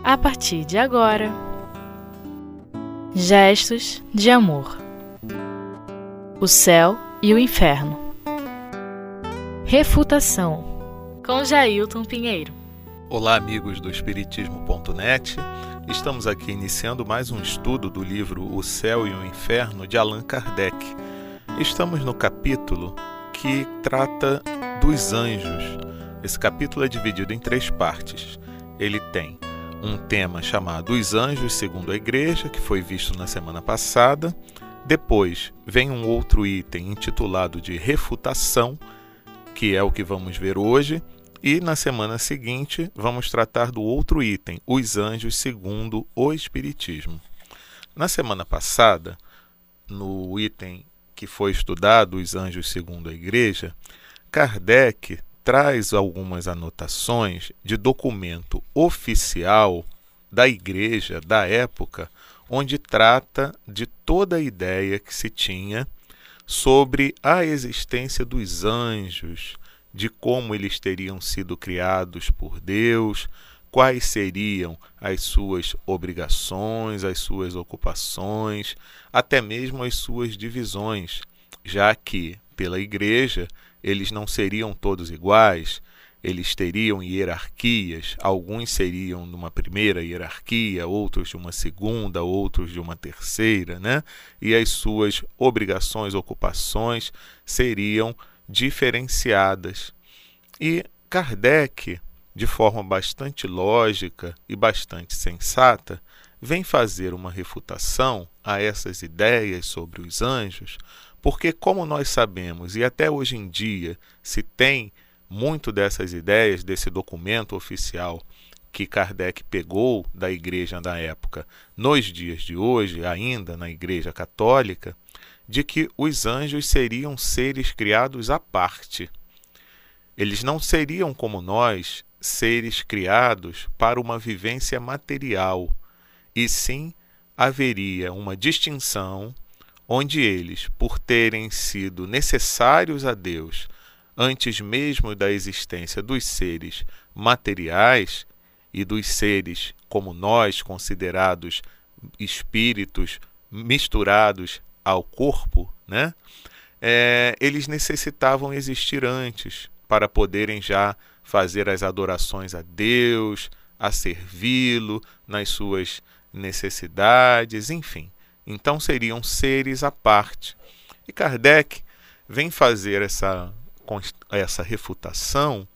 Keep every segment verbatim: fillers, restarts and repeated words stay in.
a partir de agora. Gestos de amor. O céu e o inferno. Refutação, com Jailton Pinheiro. Olá, amigos do Espiritismo ponto net. Estamos aqui iniciando mais um estudo do livro O Céu e o Inferno, de Allan Kardec. Estamos no capítulo que trata dos anjos. Esse capítulo é dividido em três partes. Ele tem um tema chamado Os Anjos segundo a Igreja, que foi visto na semana passada. Depois vem um outro item intitulado de Refutação, que é o que vamos ver hoje. E na semana seguinte vamos tratar do outro item, Os Anjos segundo o Espiritismo. Na semana passada, no item que foi estudado, Os Anjos segundo a Igreja, Kardec traz algumas anotações de documento oficial da Igreja da época, onde trata de toda a ideia que se tinha sobre a existência dos anjos, de como eles teriam sido criados por Deus, quais seriam as suas obrigações, as suas ocupações, até mesmo as suas divisões, já que, pela Igreja, eles não seriam todos iguais, eles teriam hierarquias, alguns seriam de uma primeira hierarquia, outros de uma segunda, outros de uma terceira, né? E as suas obrigações, ocupações seriam diferenciadas. E Kardec, de forma bastante lógica e bastante sensata, vem fazer uma refutação a essas ideias sobre os anjos, porque, como nós sabemos, e até hoje em dia se tem muito dessas ideias, desse documento oficial que Kardec pegou da Igreja da época, nos dias de hoje, ainda na Igreja Católica, de que os anjos seriam seres criados à parte. Eles não seriam como nós, seres criados para uma vivência material, e sim haveria uma distinção onde eles, por terem sido necessários a Deus antes mesmo da existência dos seres materiais e dos seres como nós, considerados espíritos misturados ao corpo, né? É, eles necessitavam existir antes para poderem já fazer as adorações a Deus, a servi-lo nas suas necessidades, enfim. Então seriam seres à parte. E Kardec vem fazer essa, essa refutação,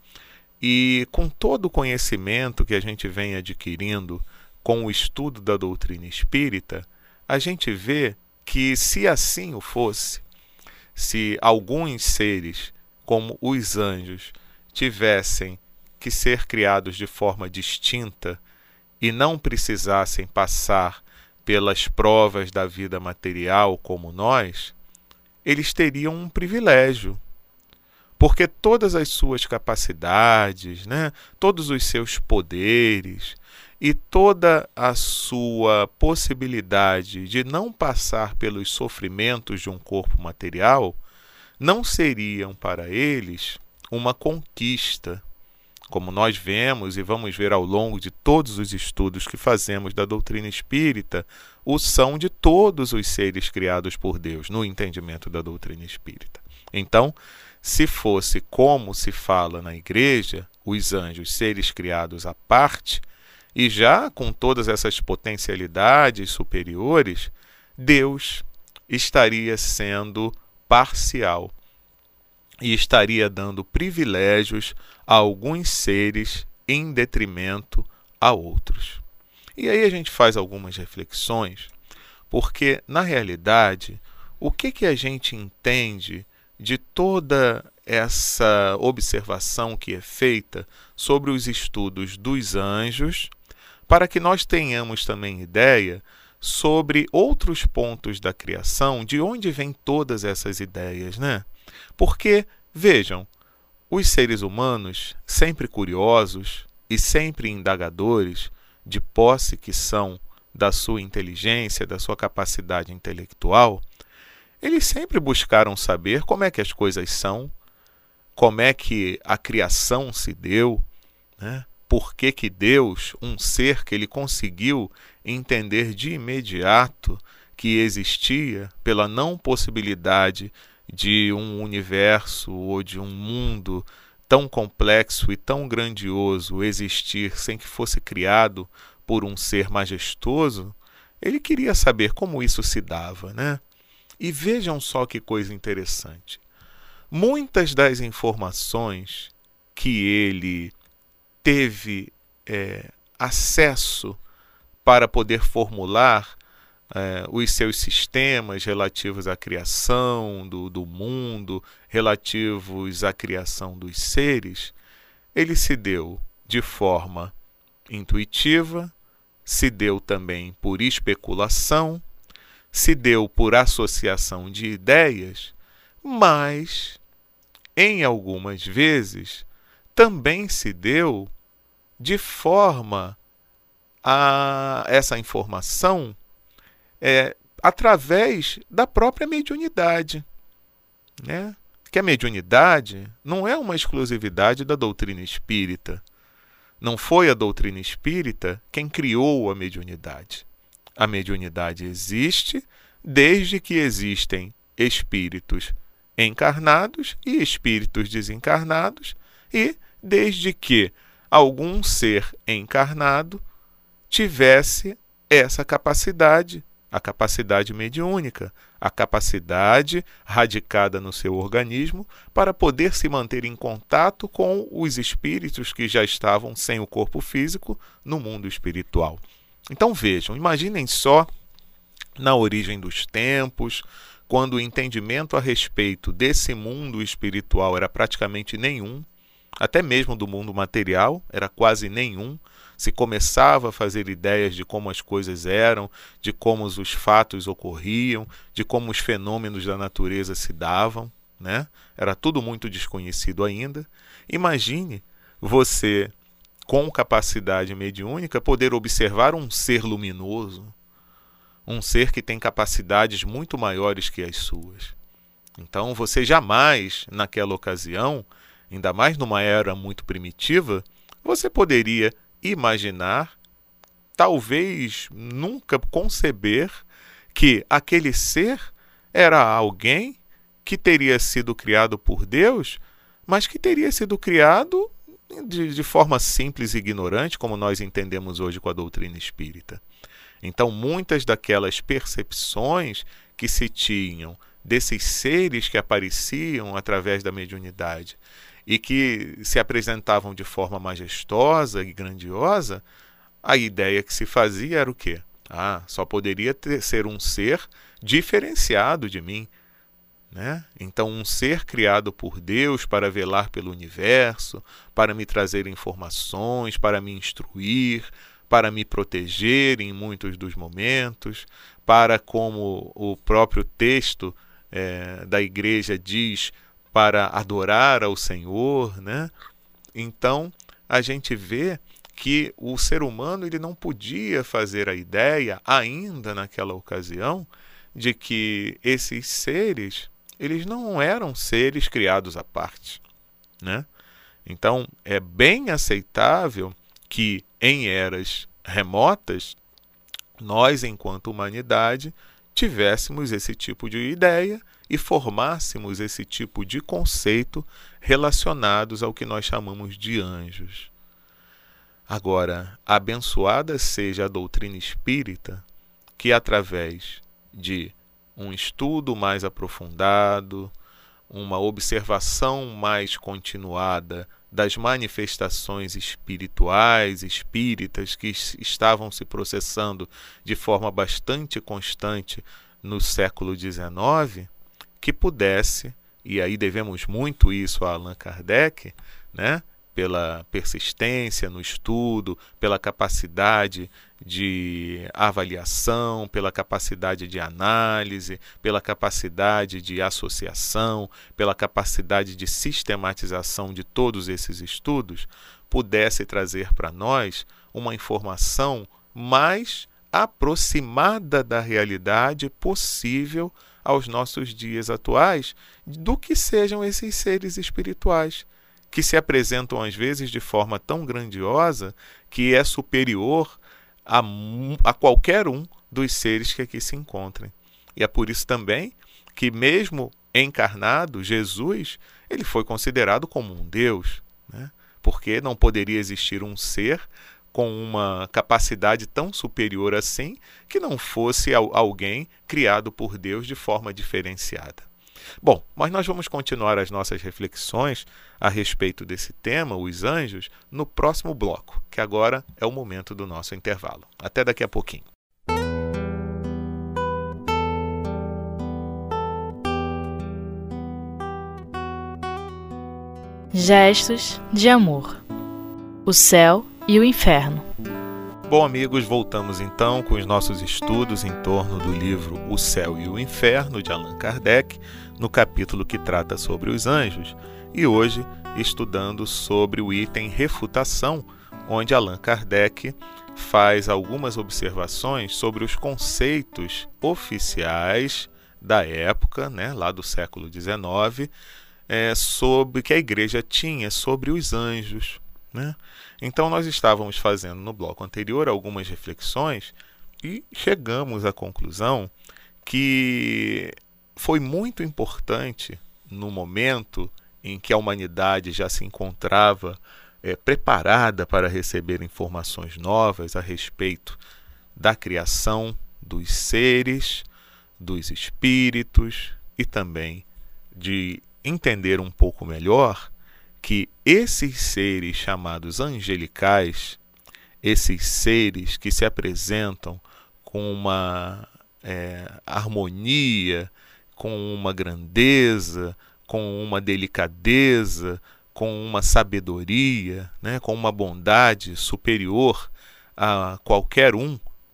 e com todo o conhecimento que a gente vem adquirindo com o estudo da doutrina espírita, a gente vê que, se assim o fosse, se alguns seres, como os anjos, tivessem que ser criados de forma distinta e não precisassem passar pelas provas da vida material como nós, eles teriam um privilégio, porque todas as suas capacidades, né, todos os seus poderes e toda a sua possibilidade de não passar pelos sofrimentos de um corpo material não seriam para eles uma conquista, como nós vemos e vamos ver ao longo de todos os estudos que fazemos da doutrina espírita, o são de todos os seres criados por Deus, no entendimento da doutrina espírita. Então, se fosse como se fala na Igreja, os anjos, seres criados à parte, e já com todas essas potencialidades superiores, Deus estaria sendo parcial e estaria dando privilégios a alguns seres em detrimento a outros. E aí a gente faz algumas reflexões, porque, na realidade, o que, que a gente entende de toda essa observação que é feita sobre os estudos dos anjos, para que nós tenhamos também ideia sobre outros pontos da criação, de onde vêm todas essas ideias, né? Porque, vejam, os seres humanos, sempre curiosos e sempre indagadores, de posse que são da sua inteligência, da sua capacidade intelectual, eles sempre buscaram saber como é que as coisas são, como é que a criação se deu, né? por que que Deus, um ser que ele conseguiu entender de imediato que existia pela não possibilidade de um universo ou de um mundo tão complexo e tão grandioso existir sem que fosse criado por um ser majestoso, ele queria saber como isso se dava, né? E vejam só que coisa interessante. Muitas das informações que ele teve é, acesso para poder formular é, os seus sistemas relativos à criação do, do mundo, relativos à criação dos seres, ele se deu de forma intuitiva, se deu também por especulação, se deu por associação de ideias, mas, em algumas vezes, também se deu de forma a essa informação é, através da própria mediunidade, né? Que a mediunidade não é uma exclusividade da doutrina espírita. Não foi a doutrina espírita quem criou a mediunidade. A mediunidade existe desde que existem espíritos encarnados e espíritos desencarnados, e desde que algum ser encarnado tivesse essa capacidade, a capacidade mediúnica, a capacidade radicada no seu organismo para poder se manter em contato com os espíritos que já estavam sem o corpo físico no mundo espiritual. Então vejam, imaginem só na origem dos tempos, quando o entendimento a respeito desse mundo espiritual era praticamente nenhum, até mesmo do mundo material era quase nenhum, se começava a fazer ideias de como as coisas eram, de como os fatos ocorriam, de como os fenômenos da natureza se davam, né? Era tudo muito desconhecido ainda. Imagine você, com capacidade mediúnica, poder observar um ser luminoso, um ser que tem capacidades muito maiores que as suas. Então você jamais, naquela ocasião, ainda mais numa era muito primitiva, você poderia imaginar, talvez nunca conceber, que aquele ser era alguém que teria sido criado por Deus, mas que teria sido criado de, de forma simples e ignorante, como nós entendemos hoje com a doutrina espírita. Então, muitas daquelas percepções que se tinham desses seres que apareciam através da mediunidade e que se apresentavam de forma majestosa e grandiosa, a ideia que se fazia era o quê? Ah, só poderia ter, ser um ser diferenciado de mim, né? Então, um ser criado por Deus para velar pelo universo, para me trazer informações, para me instruir, para me proteger em muitos dos momentos, para, como o próprio texto é, da igreja diz, para adorar ao Senhor, né? Então, a gente vê que o ser humano ele não podia fazer a ideia, ainda naquela ocasião, de que esses seres eles não eram seres criados à parte, né? Então, é bem aceitável que em eras remotas, nós, enquanto humanidade, tivéssemos esse tipo de ideia e formássemos esse tipo de conceito relacionados ao que nós chamamos de anjos. Agora, abençoada seja a doutrina espírita, que através de um estudo mais aprofundado, uma observação mais continuada das manifestações espirituais, espíritas, que estavam se processando de forma bastante constante no século dezenove, que pudesse, e aí devemos muito isso a Allan Kardec, né? Pela persistência no estudo, pela capacidade de avaliação, pela capacidade de análise, pela capacidade de associação, pela capacidade de sistematização de todos esses estudos, pudesse trazer para nós uma informação mais aproximada da realidade possível aos nossos dias atuais do que sejam esses seres espirituais, que se apresentam às vezes de forma tão grandiosa que é superior a, a qualquer um dos seres que aqui se encontrem. E é por isso também que, mesmo encarnado, Jesus ele foi considerado como um Deus, né? Porque não poderia existir um ser com uma capacidade tão superior assim que não fosse alguém criado por Deus de forma diferenciada. Bom, mas nós vamos continuar as nossas reflexões a respeito desse tema, os anjos, no próximo bloco, que agora é o momento do nosso intervalo. Até daqui a pouquinho. Gestos de amor. O céu e o inferno. Bom, amigos, voltamos então com os nossos estudos em torno do livro O Céu e o Inferno, de Allan Kardec, no capítulo que trata sobre os anjos, e hoje estudando sobre o item refutação, onde Allan Kardec faz algumas observações sobre os conceitos oficiais da época, né, lá do século dezenove, É, sobre que a igreja tinha sobre os anjos, né? Então nós estávamos fazendo no bloco anterior algumas reflexões e chegamos à conclusão que foi muito importante no momento em que a humanidade já se encontrava é, preparada para receber informações novas a respeito da criação dos seres, dos espíritos e também de entender um pouco melhor que esses seres chamados angelicais, esses seres que se apresentam com uma é, harmonia, com uma grandeza, com uma delicadeza, com uma sabedoria, né, com uma bondade superior a qualquer um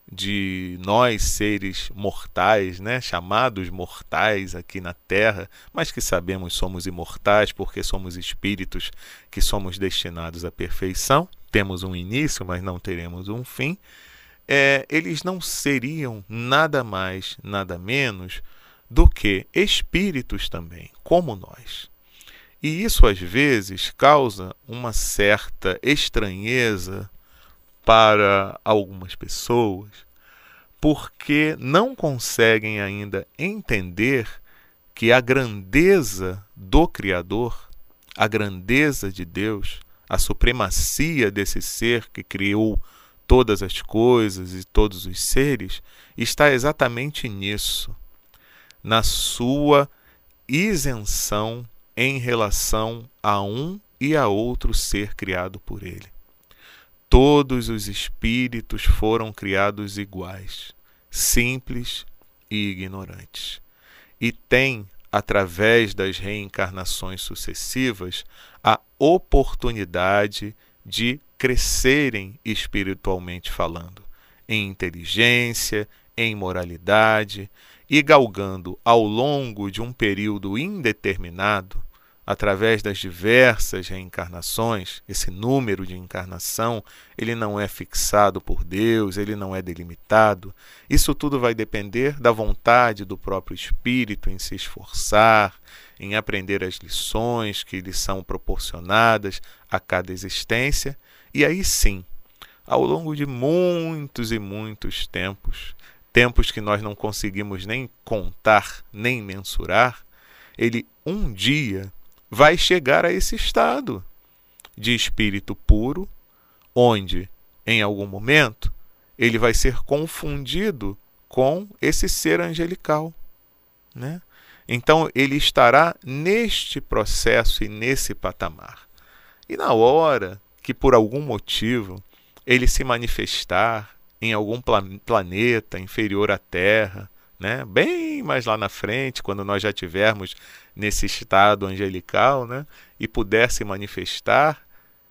de nós seres mortais, né, chamados mortais aqui na Terra, mas que sabemos somos imortais porque somos espíritos que somos destinados à perfeição, temos um início, mas não teremos um fim. É, eles não seriam nada mais, nada menos do que espíritos também, como nós. E isso às vezes causa uma certa estranheza para algumas pessoas, porque não conseguem ainda entender que a grandeza do Criador, a grandeza de Deus, a supremacia desse ser que criou todas as coisas e todos os seres, está exatamente nisso, na sua isenção em relação a um e a outro ser criado por ele. Todos os espíritos foram criados iguais, simples e ignorantes, e têm, através das reencarnações sucessivas, a oportunidade de crescerem espiritualmente falando, em inteligência, em moralidade, e galgando ao longo de um período indeterminado, através das diversas reencarnações. Esse número de encarnação, ele não é fixado por Deus, ele não é delimitado. Isso tudo vai depender da vontade do próprio espírito em se esforçar, em aprender as lições que lhe são proporcionadas a cada existência. E aí sim, ao longo de muitos e muitos tempos, tempos que nós não conseguimos nem contar, nem mensurar, ele um dia vai chegar a esse estado de espírito puro, onde, em algum momento, ele vai ser confundido com esse ser angelical, né? Então, ele estará neste processo e nesse patamar. E na hora que, por algum motivo, ele se manifestar em algum planeta inferior à Terra, né, bem mais lá na frente, quando nós já tivermos nesse estado angelical, né, e puder se manifestar,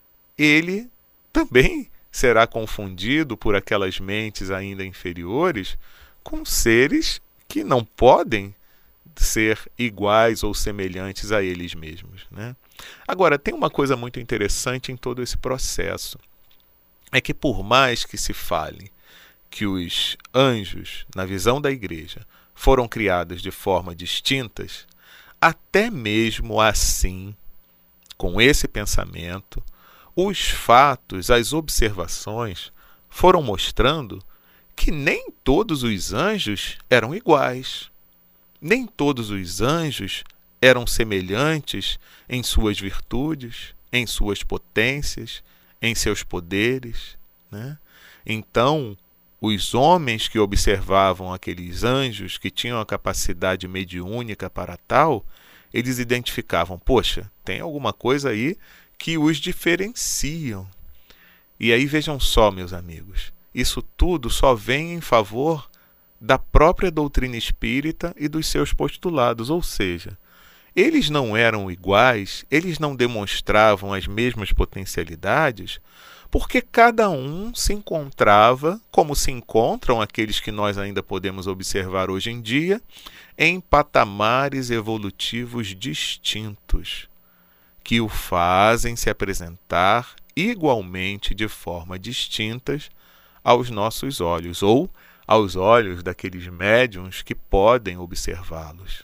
ele também será confundido por aquelas mentes ainda inferiores com seres que não podem ser iguais ou semelhantes a eles mesmos, né? Agora, tem uma coisa muito interessante em todo esse processo, é que por mais que se fale que os anjos, na visão da igreja, foram criados de forma distintas, até mesmo assim, com esse pensamento, os fatos, as observações foram mostrando que nem todos os anjos eram iguais. Nem todos os anjos eram semelhantes em suas virtudes, em suas potências, em seus poderes, né? Então, os homens que observavam aqueles anjos que tinham a capacidade mediúnica para tal, eles identificavam, poxa, tem alguma coisa aí que os diferenciam. E aí vejam só, meus amigos, isso tudo só vem em favor da própria doutrina espírita e dos seus postulados, ou seja, eles não eram iguais, eles não demonstravam as mesmas potencialidades, porque cada um se encontrava, como se encontram aqueles que nós ainda podemos observar hoje em dia, em patamares evolutivos distintos, que o fazem se apresentar igualmente de forma distintas aos nossos olhos, ou aos olhos daqueles médiuns que podem observá-los.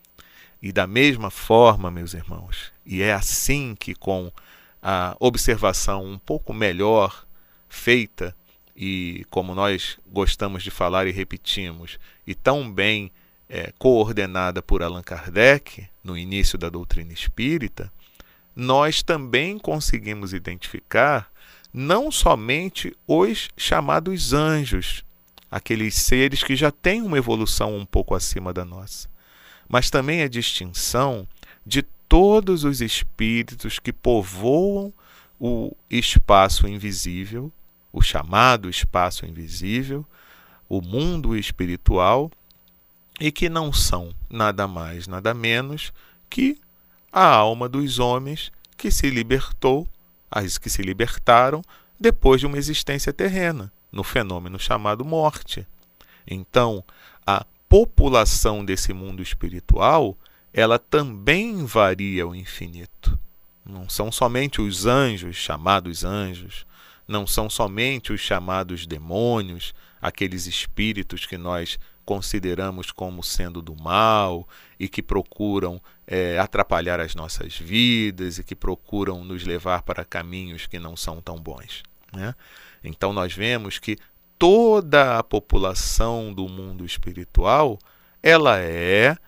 E da mesma forma, meus irmãos, e é assim que com a observação um pouco melhor feita, e como nós gostamos de falar e repetimos, e tão bem é, coordenada por Allan Kardec, no início da doutrina espírita, nós também conseguimos identificar não somente os chamados anjos, aqueles seres que já têm uma evolução um pouco acima da nossa, mas também a distinção de todos os espíritos que povoam o espaço invisível, o chamado espaço invisível, o mundo espiritual, e que não são nada mais, nada menos que a alma dos homens que se libertou, as que se libertaram depois de uma existência terrena, no fenômeno chamado morte. Então, a população desse mundo espiritual, ela também varia ao infinito. Não são somente os anjos, chamados anjos, não são somente os chamados demônios, aqueles espíritos que nós consideramos como sendo do mal e que procuram é, atrapalhar as nossas vidas e que procuram nos levar para caminhos que não são tão bons, né? Então nós vemos que toda a população do mundo espiritual, ela é,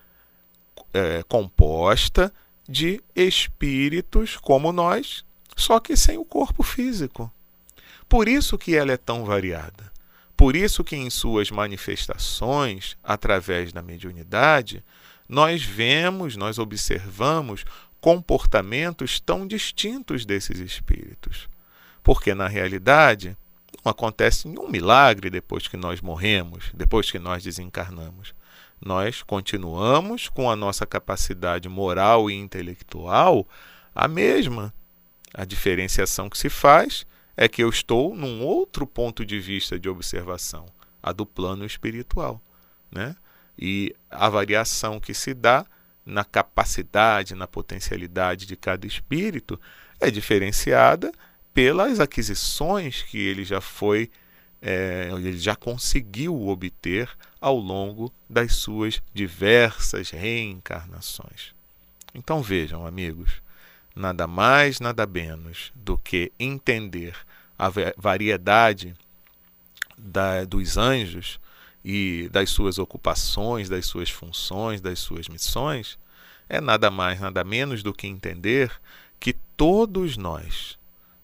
é composta de espíritos como nós, só que sem o corpo físico. Por isso que ela é tão variada. Por isso que em suas manifestações, através da mediunidade, nós vemos, nós observamos comportamentos tão distintos desses espíritos. Porque, na realidade, não acontece nenhum milagre depois que nós morremos, depois que nós desencarnamos. Nós continuamos com a nossa capacidade moral e intelectual a mesma. A diferenciação que se faz é que eu estou num outro ponto de vista de observação, a do plano espiritual, né? E a variação que se dá na capacidade, na potencialidade de cada espírito é diferenciada pelas aquisições que ele já foi, é, ele já conseguiu obter ao longo das suas diversas reencarnações. Então vejam, amigos, nada mais, nada menos do que entender a variedade da, dos anjos e das suas ocupações, das suas funções, das suas missões, é nada mais, nada menos do que entender que todos nós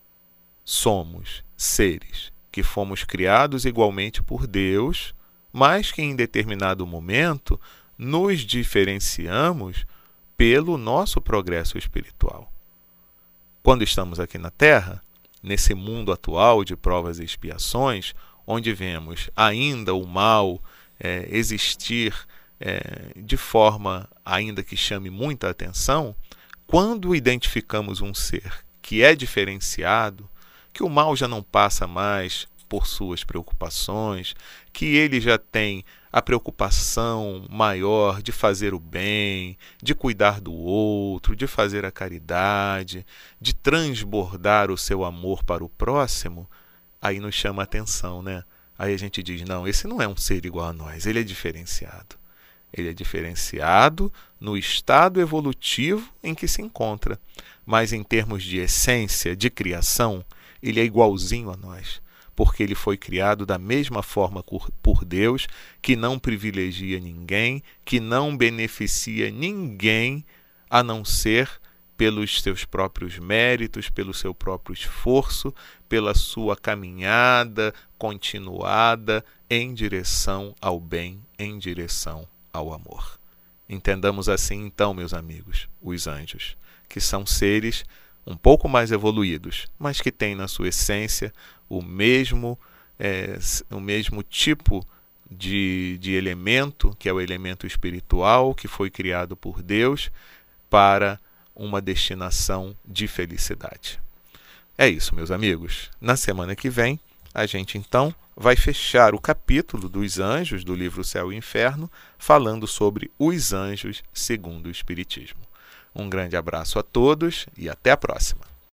somos seres que fomos criados igualmente por Deus, mas que em determinado momento nos diferenciamos pelo nosso progresso espiritual. Quando estamos aqui na Terra, nesse mundo atual de provas e expiações, onde vemos ainda o mal é, existir é, de forma ainda que chame muita atenção, quando identificamos um ser que é diferenciado, que o mal já não passa mais por suas preocupações, que ele já tem a preocupação maior de fazer o bem, de cuidar do outro, de fazer a caridade, de transbordar o seu amor para o próximo, aí nos chama a atenção, né? Aí a gente diz, não, esse não é um ser igual a nós, ele é diferenciado. Ele é diferenciado no estado evolutivo em que se encontra, mas em termos de essência, de criação, ele é igualzinho a nós, porque ele foi criado da mesma forma por Deus, que não privilegia ninguém, que não beneficia ninguém, a não ser pelos seus próprios méritos, pelo seu próprio esforço, pela sua caminhada continuada em direção ao bem, em direção ao amor. Entendamos assim, então, meus amigos, os anjos, que são seres um pouco mais evoluídos, mas que têm na sua essência o mesmo, é, o mesmo tipo de, de elemento, que é o elemento espiritual, que foi criado por Deus para uma destinação de felicidade. É isso, meus amigos. Na semana que vem, a gente então vai fechar o capítulo dos anjos do livro Céu e Inferno, falando sobre os anjos segundo o Espiritismo. Um grande abraço a todos e até a próxima.